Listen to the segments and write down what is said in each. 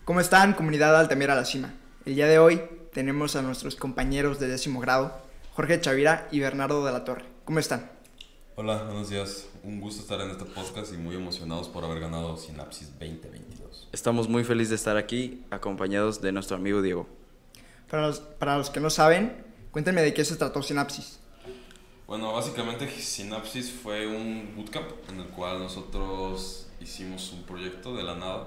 ¿Cómo están, comunidad Altamira La Cima? El día de hoy tenemos a nuestros compañeros de 10º grado, Jorge Chavira y Bernardo de la Torre. ¿Cómo están? Hola, buenos días. Un gusto estar en este podcast y muy emocionados por haber ganado Sinapsis 2022. Estamos muy felices de estar aquí, acompañados de nuestro amigo Diego. Para los que no saben, cuéntenme de qué se trató Sinapsis. Bueno, básicamente Sinapsis fue un bootcamp en el cual nosotros hicimos un proyecto de la nada.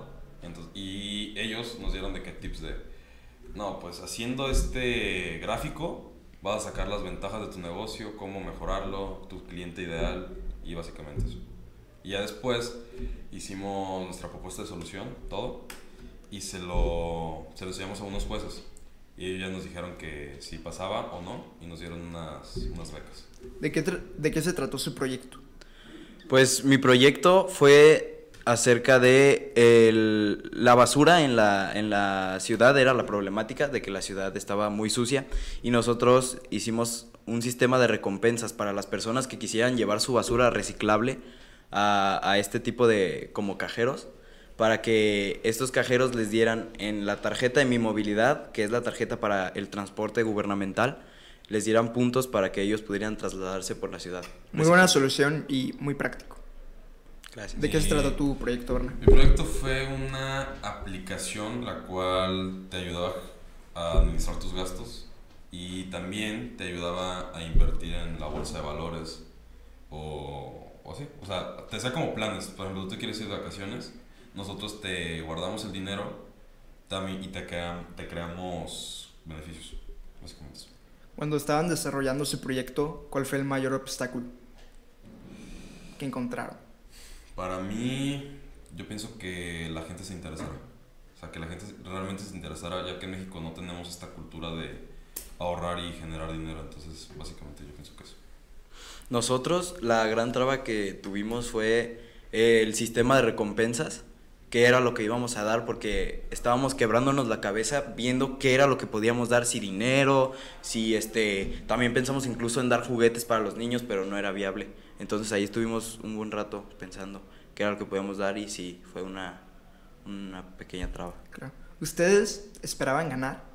Y ellos nos dieron de qué tips de, no, pues haciendo este gráfico vas a sacar las ventajas de tu negocio, cómo mejorarlo, tu cliente ideal y básicamente eso. Y ya después hicimos nuestra propuesta de solución, todo, y se lo enseñamos a unos jueces. Y ellos ya nos dijeron que si pasaba o no, y nos dieron unas becas. ¿De qué se trató su proyecto? Pues mi proyecto fue acerca de la basura en la ciudad. Era la problemática de que la ciudad estaba muy sucia y nosotros hicimos un sistema de recompensas para las personas que quisieran llevar su basura reciclable a este tipo de como cajeros, para que estos cajeros les dieran en la tarjeta de Mi Movilidad, que es la tarjeta para el transporte gubernamental, les dieran puntos para que ellos pudieran trasladarse por la ciudad. Muy buena solución y muy práctico. Gracias. ¿De qué se trata tu proyecto, Berna? Mi proyecto fue una aplicación la cual te ayudaba a administrar tus gastos y también te ayudaba a invertir en la bolsa de valores o así. O sea, te hacía como planes. Por ejemplo, tú te quieres ir de vacaciones, nosotros te guardamos el dinero también y te creamos beneficios, básicamente eso. Cuando estaban desarrollando su proyecto, ¿cuál fue el mayor obstáculo que encontraron? Para mí, yo pienso que la gente se interesara. O sea, que la gente realmente se interesara, ya que en México no tenemos esta cultura de ahorrar y generar dinero. Entonces, básicamente yo pienso que eso. Nosotros, la gran traba que tuvimos fue el sistema de recompensas, que era lo que íbamos a dar, porque estábamos quebrándonos la cabeza viendo qué era lo que podíamos dar, si dinero, si también pensamos incluso en dar juguetes para los niños, pero no era viable. Entonces ahí estuvimos un buen rato pensando qué era lo que podíamos dar y sí, fue una pequeña traba. Claro. ¿Ustedes esperaban ganar?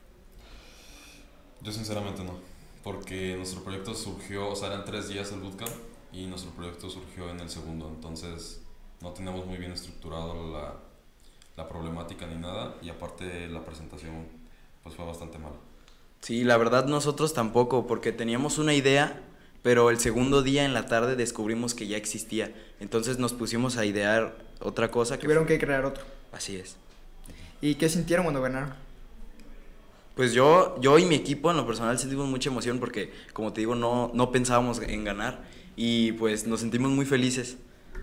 Yo sinceramente no, porque nuestro proyecto surgió, o sea, eran 3 días el bootcamp y nuestro proyecto surgió en el segundo, entonces no teníamos muy bien estructurado la problemática ni nada y aparte la presentación pues fue bastante mala. Sí, la verdad nosotros tampoco, porque teníamos una idea, pero el segundo día en la tarde descubrimos que ya existía. Entonces nos pusimos a idear otra cosa. Tuvieron que crear otro. Así es. ¿Y qué sintieron cuando ganaron? Pues yo y mi equipo en lo personal sentimos mucha emoción porque, como te digo, no pensábamos en ganar y pues nos sentimos muy felices.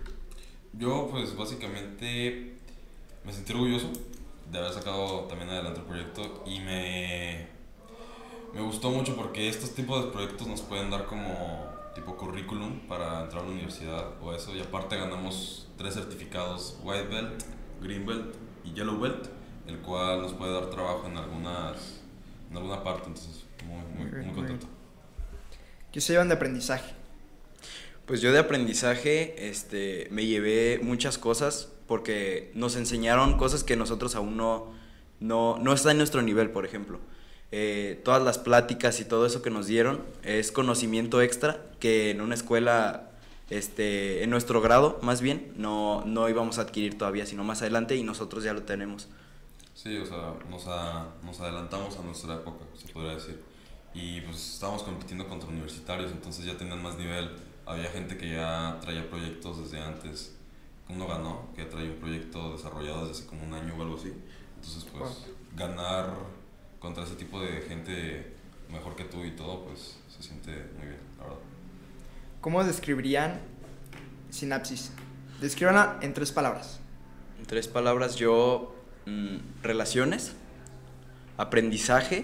Yo pues básicamente me sentí orgulloso de haber sacado también adelante el proyecto y me gustó mucho porque estos tipos de proyectos nos pueden dar como tipo currículum para entrar a la universidad o eso, y aparte ganamos 3 certificados, White Belt, Green Belt y Yellow Belt, el cual nos puede dar trabajo en alguna parte, entonces muy contento. ¿Qué se llevan de aprendizaje? Pues yo de aprendizaje me llevé muchas cosas porque nos enseñaron cosas que nosotros aún no está en nuestro nivel, por ejemplo. Todas las pláticas y todo eso que nos dieron es conocimiento extra que en una escuela, en nuestro grado más bien, no íbamos a adquirir todavía, sino más adelante, y nosotros ya lo tenemos. Sí, o sea, nos adelantamos a nuestra época, se podría decir. Y pues estábamos compitiendo contra universitarios, entonces ya tenían más nivel. Había gente que ya traía proyectos desde antes. Uno ganó, que traía un proyecto desarrollado desde hace como un año o algo así. Entonces, pues, ganar contra ese tipo de gente mejor que tú y todo, pues se siente muy bien, la verdad. ¿Cómo describirían Sinapsis? Descríbanla en 3 palabras. En 3 palabras yo, relaciones, aprendizaje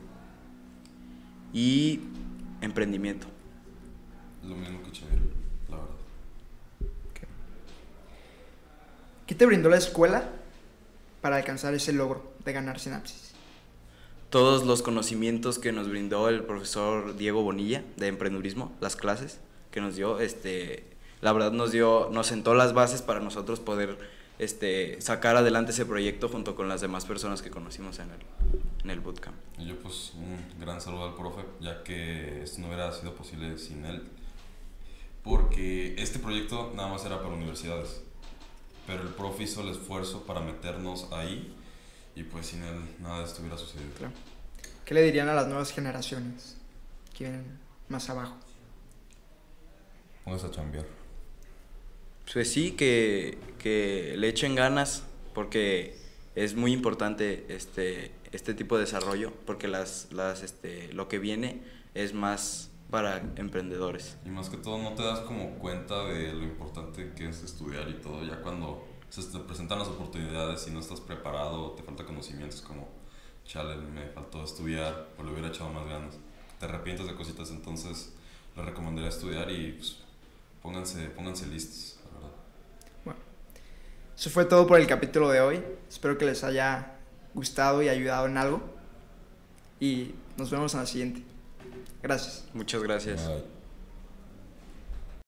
y emprendimiento. Lo mismo que Chavira, la verdad. ¿Qué te brindó la escuela para alcanzar ese logro de ganar Sinapsis? Todos los conocimientos que nos brindó el profesor Diego Bonilla de emprendurismo, las clases que nos dio, la verdad nos sentó las bases para nosotros poder sacar adelante ese proyecto junto con las demás personas que conocimos en el bootcamp. Y yo pues un gran saludo al profe, ya que esto no hubiera sido posible sin él, porque este proyecto nada más era para universidades, pero el profe hizo el esfuerzo para meternos ahí y pues sin él nada de esto hubiera sucedido. Claro. ¿Qué le dirían a las nuevas generaciones que vienen más abajo? Póngase a chambear. Pues sí, que le echen ganas, porque es muy importante este tipo de desarrollo, porque lo que viene es más para emprendedores. Y más que todo no te das como cuenta de lo importante que es estudiar y todo, ya cuando se te presentan las oportunidades y no estás preparado, te falta conocimientos, como chale, me faltó estudiar o le hubiera echado más ganas, te arrepientes de cositas. Entonces les recomendaría estudiar y pues, pónganse listos, la verdad. Bueno, eso fue todo por el capítulo de hoy. Espero que les haya gustado y ayudado en algo. Y nos vemos en la siguiente. Gracias. Muchas gracias. Bye.